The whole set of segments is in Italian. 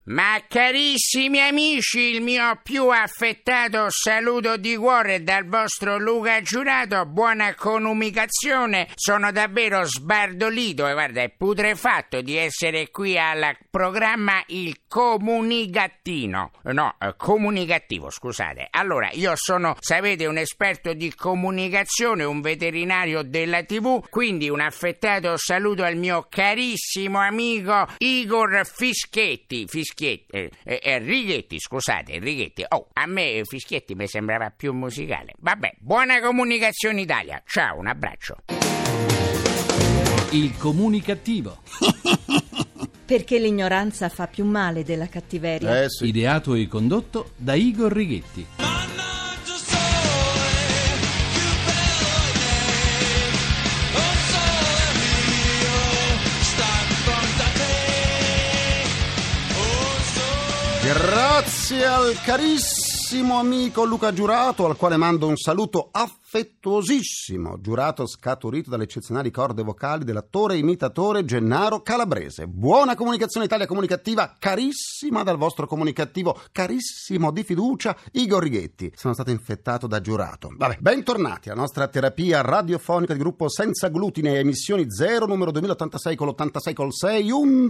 Ma carissimi amici, il mio più affettato saluto di cuore dal vostro Luca Giurato, buona comunicazione. Sono davvero sbardolito e guarda, è putrefatto di essere qui al programma Il Comunicattino. Comunicativo, scusate. Allora, io sono, sapete, un esperto di comunicazione, un veterinario della TV, quindi un affettato saluto al mio carissimo amico Igor Fischetti. Righetti, scusate, Righetti. A me Fischetti mi sembrava più musicale. Vabbè, buona comunicazione Italia. Ciao, un abbraccio. Il Comunicativo. Perché l'ignoranza fa più male della cattiveria. Sì. Ideato e condotto da Igor Righetti. Grazie al carissimo amico Luca Giurato, al quale mando un saluto affettuosissimo. Giurato scaturito dalle eccezionali corde vocali dell'attore e imitatore Gennaro Calabrese. Buona comunicazione Italia comunicativa, carissima dal vostro comunicativo carissimo di fiducia Igor Righetti. Sono stato infettato da Giurato. Vabbè, bentornati alla nostra terapia radiofonica di gruppo Senza Glutine, emissioni 0, numero 2086 con l'86 col 6,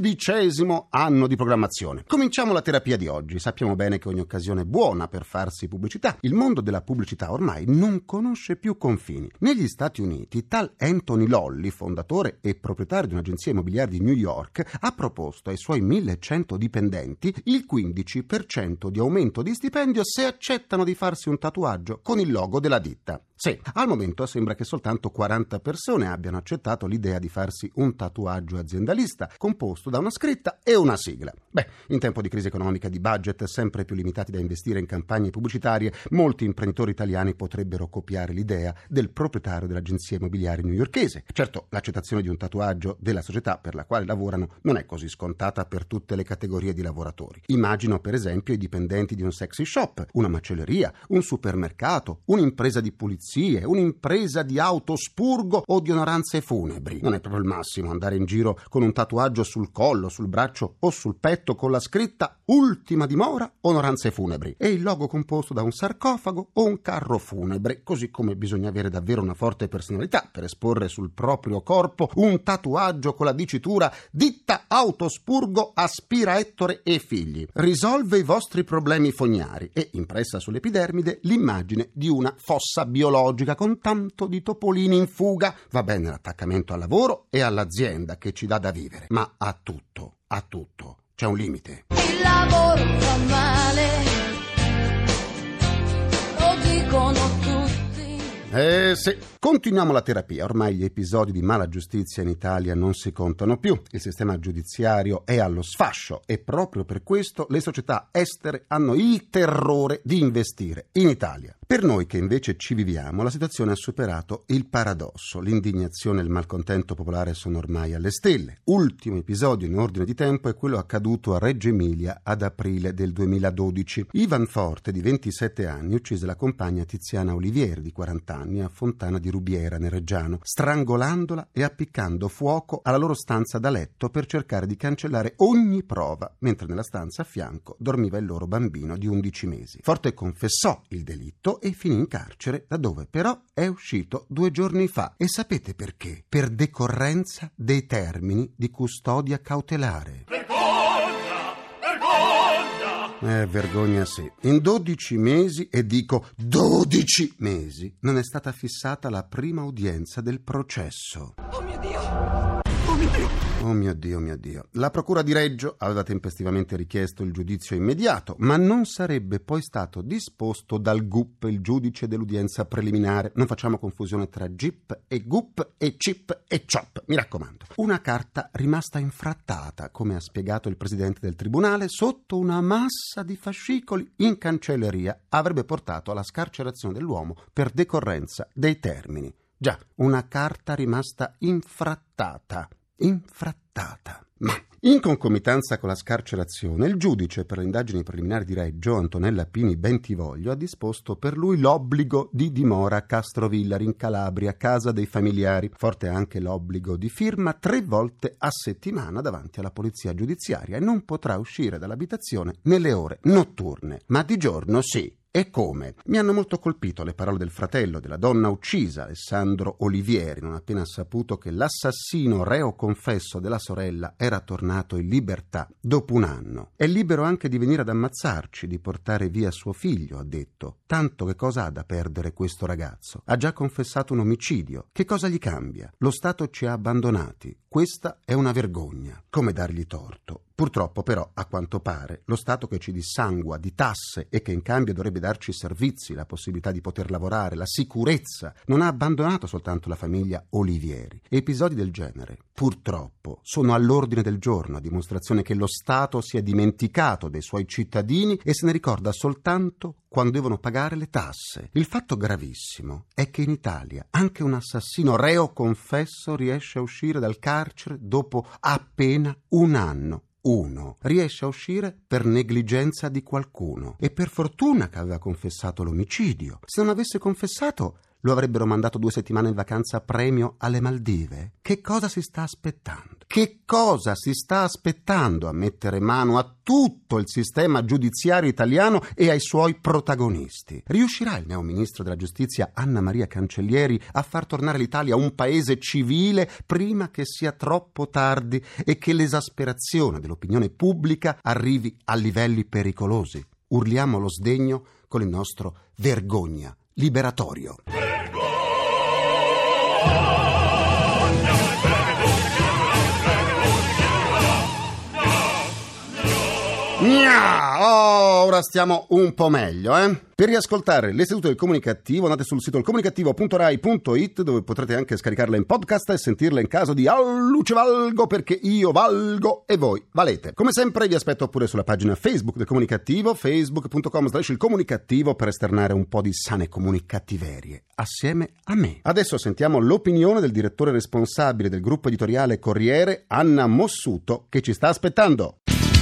11° anno di programmazione. Cominciamo la terapia di oggi. Sappiamo bene che ogni occasione è buona per farsi pubblicità. Il mondo della pubblicità ormai non conosce più confini. Negli Stati Uniti, tal Anthony Lolli, fondatore e proprietario di un'agenzia immobiliare di New York, ha proposto ai suoi 1100 dipendenti il 15% di aumento di stipendio se accettano di farsi un tatuaggio con il logo della ditta. Sì, al momento sembra che soltanto 40 persone abbiano accettato l'idea di farsi un tatuaggio aziendalista composto da una scritta e una sigla. In tempo di crisi economica e di budget sempre più limitati da investire in campagne pubblicitarie, molti imprenditori italiani potrebbero copiare l'idea del proprietario dell'agenzia immobiliare newyorkese. Certo, l'accettazione di un tatuaggio della società per la quale lavorano non è così scontata per tutte le categorie di lavoratori. Immagino per esempio i dipendenti di un sexy shop, una macelleria, un supermercato, un'impresa di pulizia, un'impresa di autospurgo o di onoranze funebri. Non è proprio il massimo andare in giro con un tatuaggio sul collo, sul braccio o sul petto con la scritta ultima dimora onoranze funebri e il logo composto da un sarcofago o un carro funebre, così come bisogna avere davvero una forte personalità per esporre sul proprio corpo un tatuaggio con la dicitura ditta autospurgo aspira Ettore e figli. Risolve i vostri problemi fognari e impressa sull'epidermide l'immagine di una fossa biologica con tanto di topolini in fuga. Va bene l'attaccamento al lavoro e all'azienda che ci dà da vivere, ma a tutto c'è un limite. Il lavoro fa male, lo dicono tutti. Sì. Continuiamo la terapia. Ormai gli episodi di mala giustizia in Italia non si contano più. Il sistema giudiziario è allo sfascio e proprio per questo le società estere hanno il terrore di investire in Italia. Per noi che invece ci viviamo, la situazione ha superato il paradosso. L'indignazione e il malcontento popolare sono ormai alle stelle. Ultimo episodio in ordine di tempo è quello accaduto a Reggio Emilia ad aprile del 2012. Ivan Forte, di 27 anni, uccise la compagna Tiziana Olivieri, di 40 anni, a Fontana di Rubiera, nel Reggiano, strangolandola e appiccando fuoco alla loro stanza da letto per cercare di cancellare ogni prova, mentre nella stanza a fianco dormiva il loro bambino di 11 mesi. Forte confessò il delitto e finì in carcere, da dove però è uscito 2 giorni fa. E sapete perché? Per decorrenza dei termini di custodia cautelare. Vergogna sì. In 12 mesi, e dico 12 mesi, non è stata fissata la prima udienza del processo. Oh mio Dio! Oh mio Dio. La procura di Reggio aveva tempestivamente richiesto il giudizio immediato, ma non sarebbe poi stato disposto dal GUP, il giudice dell'udienza preliminare. Non facciamo confusione tra GIP e GUP e CIP e CIOP, mi raccomando. Una carta rimasta infrattata, come ha spiegato il presidente del tribunale, sotto una massa di fascicoli in cancelleria, avrebbe portato alla scarcerazione dell'uomo per decorrenza dei termini. Già, una carta rimasta infrattata. scattata. Ma in concomitanza con la scarcerazione, il giudice per le indagini preliminari di Reggio, Antonella Pini Bentivoglio, ha disposto per lui l'obbligo di dimora a Castrovillari in Calabria, casa dei familiari. Forte anche l'obbligo di firma 3 volte a settimana davanti alla polizia giudiziaria, e non potrà uscire dall'abitazione nelle ore notturne, ma di giorno sì. E come? Mi hanno molto colpito le parole del fratello della donna uccisa, Alessandro Olivieri, non appena saputo che l'assassino reo confesso della sorella era tornato in libertà dopo un anno. È libero anche di venire ad ammazzarci, di portare via suo figlio, ha detto. Tanto che cosa ha da perdere questo ragazzo? Ha già confessato un omicidio. Che cosa gli cambia? Lo Stato ci ha abbandonati. Questa è una vergogna. Come dargli torto? Purtroppo però, a quanto pare, lo Stato che ci dissangua di tasse e che in cambio dovrebbe darci servizi, la possibilità di poter lavorare, la sicurezza, non ha abbandonato soltanto la famiglia Olivieri. Episodi del genere, purtroppo, sono all'ordine del giorno, a dimostrazione che lo Stato si è dimenticato dei suoi cittadini e se ne ricorda soltanto quando devono pagare le tasse. Il fatto gravissimo è che in Italia anche un assassino reo confesso riesce a uscire dal carcere dopo appena un anno. Riesce a uscire per negligenza di qualcuno, e per fortuna che aveva confessato l'omicidio. Se non avesse confessato, lo avrebbero mandato 2 settimane in vacanza a premio alle Maldive. Che cosa si sta aspettando? Che cosa si sta aspettando a mettere mano a tutto il sistema giudiziario italiano e ai suoi protagonisti? Riuscirà il neoministro della giustizia Anna Maria Cancellieri a far tornare l'Italia un paese civile prima che sia troppo tardi e che l'esasperazione dell'opinione pubblica arrivi a livelli pericolosi? Urliamo lo sdegno con il nostro vergogna liberatorio. Ora stiamo un po' meglio, Per riascoltare l'Istituto del Comunicativo andate sul sito ilcomunicativo.rai.it, dove potrete anche scaricarla in podcast e sentirla in caso di Luce Valgo, perché io valgo e voi valete. Come sempre vi aspetto pure sulla pagina Facebook del Comunicativo, facebook.com/ilcomunicativo, per esternare un po' di sane comunicattiverie assieme a me. Adesso sentiamo l'opinione del direttore responsabile del gruppo editoriale Corriere, Anna Mossuto, che ci sta aspettando.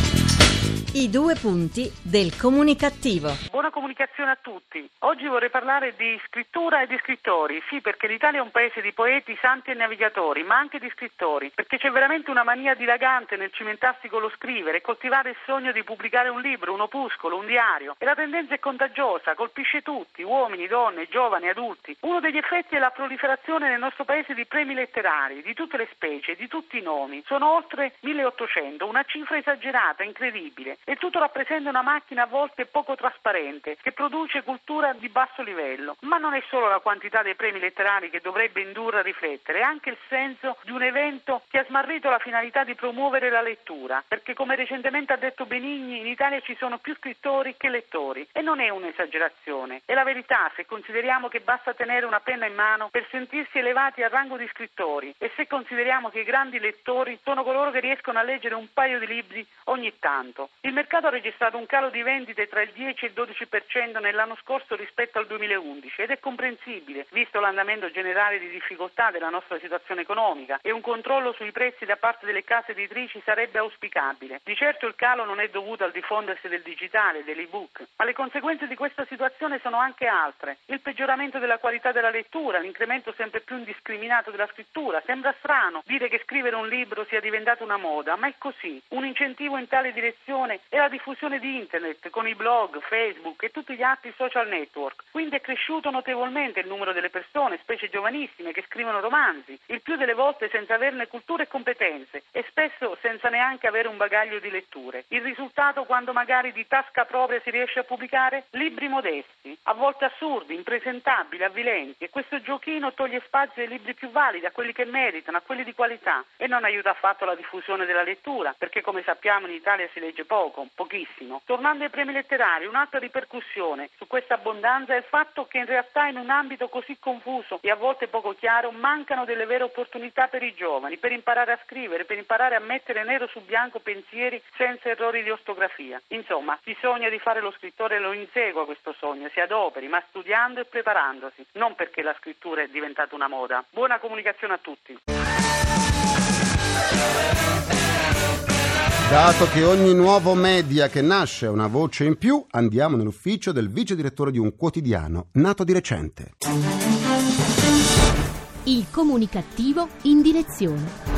I 2 punti del comunicativo. Buona comunicazione a tutti. Oggi vorrei parlare di scrittura e di scrittori. Sì, perché l'Italia è un paese di poeti, santi e navigatori, ma anche di scrittori, perché c'è veramente una mania dilagante nel cimentarsi con lo scrivere e coltivare il sogno di pubblicare un libro, un opuscolo, un diario. E la tendenza è contagiosa, colpisce tutti, uomini, donne, giovani, adulti. Uno degli effetti è la proliferazione nel nostro paese di premi letterari, di tutte le specie, di tutti i nomi. Sono oltre 1800, una cifra esagerata, incredibile. E tutto rappresenta una macchina a volte poco trasparente, che produce cultura di basso livello. Ma non è solo la quantità dei premi letterari che dovrebbe indurre a riflettere, è anche il senso di un evento che ha smarrito la finalità di promuovere la lettura, perché come recentemente ha detto Benigni, in Italia ci sono più scrittori che lettori, e non è un'esagerazione, è la verità se consideriamo che basta tenere una penna in mano per sentirsi elevati al rango di scrittori, e se consideriamo che i grandi lettori sono coloro che riescono a leggere un paio di libri ogni tanto. Il mercato ha registrato un calo di vendite tra il 10 e il 12% nell'anno scorso rispetto al 2011, ed è comprensibile, visto l'andamento generale di difficoltà della nostra situazione economica, e un controllo sui prezzi da parte delle case editrici sarebbe auspicabile. Di certo il calo non è dovuto al diffondersi del digitale, dell'ebook, ma le conseguenze di questa situazione sono anche altre. Il peggioramento della qualità della lettura, l'incremento sempre più indiscriminato della scrittura. Sembra strano dire che scrivere un libro sia diventato una moda, ma è così. Un incentivo in tale direzione è la diffusione di internet con i blog, Facebook e tutti gli altri social network. Quindi è cresciuto notevolmente il numero delle persone, specie giovanissime, che scrivono romanzi, il più delle volte senza averne cultura e competenze, e spesso senza neanche avere un bagaglio di letture. Il risultato, quando magari di tasca propria si riesce a pubblicare? Libri modesti, a volte assurdi, impresentabili, avvilenti, e questo giochino toglie spazio ai libri più validi, a quelli che meritano, a quelli di qualità, e non aiuta affatto la diffusione della lettura, perché come sappiamo in Italia si legge pochissimo. Tornando ai premi letterari, un'altra ripercussione su questa abbondanza è il fatto che in realtà in un ambito così confuso e a volte poco chiaro mancano delle vere opportunità per i giovani, per imparare a scrivere, per imparare a mettere nero su bianco pensieri senza errori di ortografia. Insomma, chi sogna di fare lo scrittore lo insegua questo sogno, si adoperi, ma studiando e preparandosi, non perché la scrittura è diventata una moda. Buona comunicazione a tutti. Dato che ogni nuovo media che nasce è una voce in più, andiamo nell'ufficio del vice direttore di un quotidiano nato di recente. Il comunicativo in direzione.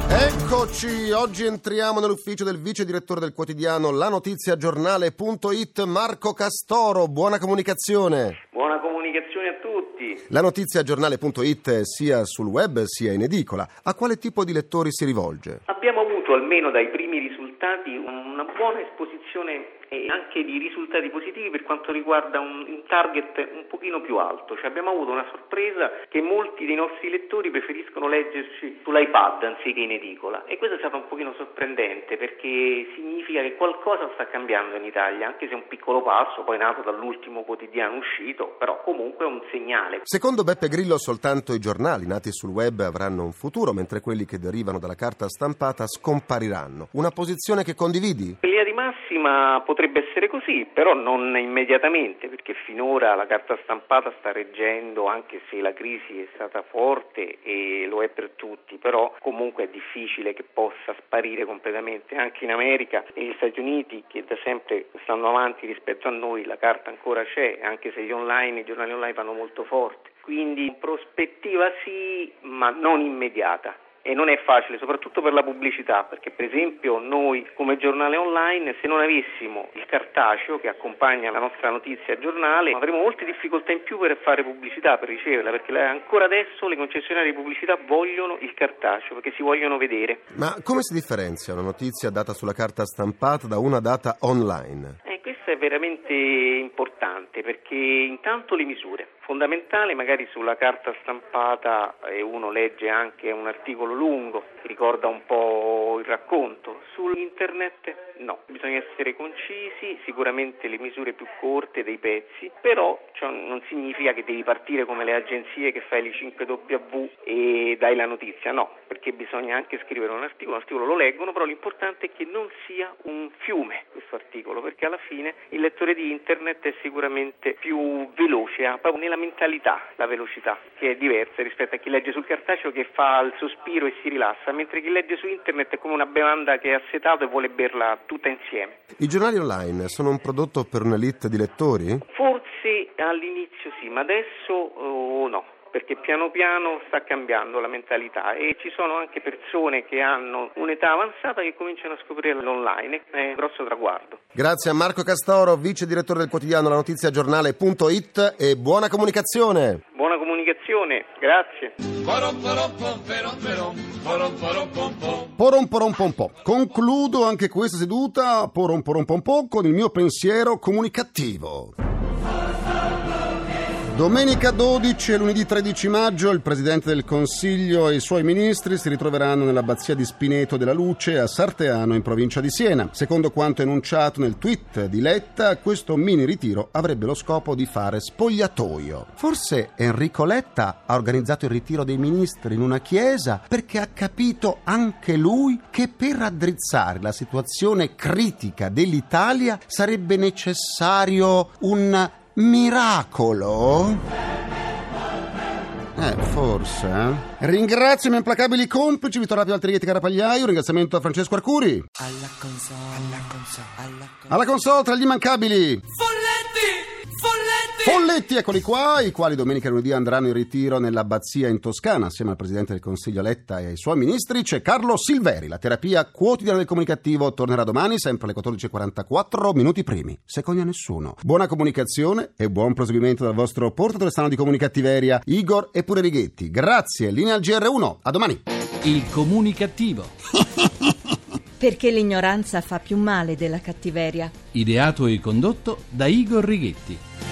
Eccoci, oggi entriamo nell'ufficio del vice direttore del quotidiano lanotiziagiornale.it, Marco Castoro. Buona comunicazione. Buona comunicazione a tutti. Lanotiziagiornale.it sia sul web sia in edicola. A quale tipo di lettori si rivolge? Abbiamo avuto, almeno dai primi risultati, una buona esposizione e anche di risultati positivi per quanto riguarda un target un pochino più alto. Cioè abbiamo avuto una sorpresa che molti dei nostri lettori preferiscono leggerci sull'iPad anziché in edicola, e questo è stato un pochino sorprendente perché significa che qualcosa sta cambiando in Italia, anche se è un piccolo passo, poi nato dall'ultimo quotidiano uscito, però comunque è un segnale. Secondo Beppe Grillo soltanto i giornali nati sul web avranno un futuro, mentre quelli che derivano dalla carta stampata scompariranno. Una posizione che condividi? In linea di massima potrebbe essere così, però non immediatamente, perché finora la carta stampata sta reggendo, anche se la crisi è stata forte e lo è per tutti, però comunque è difficile che possa sparire completamente. Anche in America e negli Stati Uniti, che da sempre stanno avanti rispetto a noi, la carta ancora c'è, anche se i giornali online vanno molto forte. Quindi in prospettiva sì, ma non immediata. E non è facile, soprattutto per la pubblicità, perché per esempio noi come giornale online, se non avessimo il cartaceo che accompagna la nostra notizia giornale, avremo molte difficoltà in più per fare pubblicità, per riceverla, perché ancora adesso le concessionarie di pubblicità vogliono il cartaceo, perché si vogliono vedere. Ma come si differenzia una notizia data sulla carta stampata da una data online? Questo è veramente importante, perché intanto le misure. Fondamentale, magari sulla carta stampata uno legge anche un articolo lungo, che ricorda un po' il racconto. Su internet no, bisogna essere concisi, sicuramente le misure più corte dei pezzi, però ciò non significa che devi partire come le agenzie che fai le 5W e dai la notizia, no, perché bisogna anche scrivere un articolo lo leggono, però l'importante è che non sia un fiume questo articolo, perché alla fine il lettore di internet è sicuramente più veloce, ha proprio nella mentalità la velocità, che è diversa rispetto a chi legge sul cartaceo che fa il sospiro e si rilassa, mentre chi legge su internet è come una bevanda che è assetato e vuole berla tutta insieme. I giornali online sono un prodotto per un'elite di lettori? Forse all'inizio sì, ma adesso no, perché piano piano sta cambiando la mentalità e ci sono anche persone che hanno un'età avanzata che cominciano a scoprire l'online. È un grosso traguardo. Grazie a Marco Castoro, vice direttore del quotidiano lanotiziagiornale.it, e buona comunicazione. Buona comunicazione, grazie. Porom porom pom pom. Concludo anche questa seduta porom porom pom pom con il mio pensiero comunicativo. Domenica 12 e lunedì 13 maggio il Presidente del Consiglio e i suoi ministri si ritroveranno nell'abbazia di Spineto della Luce a Sarteano in provincia di Siena. Secondo quanto enunciato nel tweet di Letta, questo mini ritiro avrebbe lo scopo di fare spogliatoio. Forse Enrico Letta ha organizzato il ritiro dei ministri in una chiesa perché ha capito anche lui che per raddrizzare la situazione critica dell'Italia sarebbe necessario un miracolo? Forse. Ringrazio i miei implacabili complici Vittorio Altrighetti Carapagliaio. Un ringraziamento a Francesco Arcuri. Alla console tra gli immancabili Folletti, eccoli qua, i quali domenica e lunedì andranno in ritiro nell'abbazia in Toscana. Assieme al Presidente del Consiglio Letta e ai suoi ministri c'è Carlo Silveri. La terapia quotidiana del comunicativo tornerà domani, sempre alle 14.44, minuti primi, secondi a nessuno. Buona comunicazione e buon proseguimento dal vostro portatore strano di comunicattiveria, Igor e pure Righetti. Grazie, linea al GR1, a domani. Il comunicativo. Perché l'ignoranza fa più male della cattiveria. Ideato e condotto da Igor Righetti.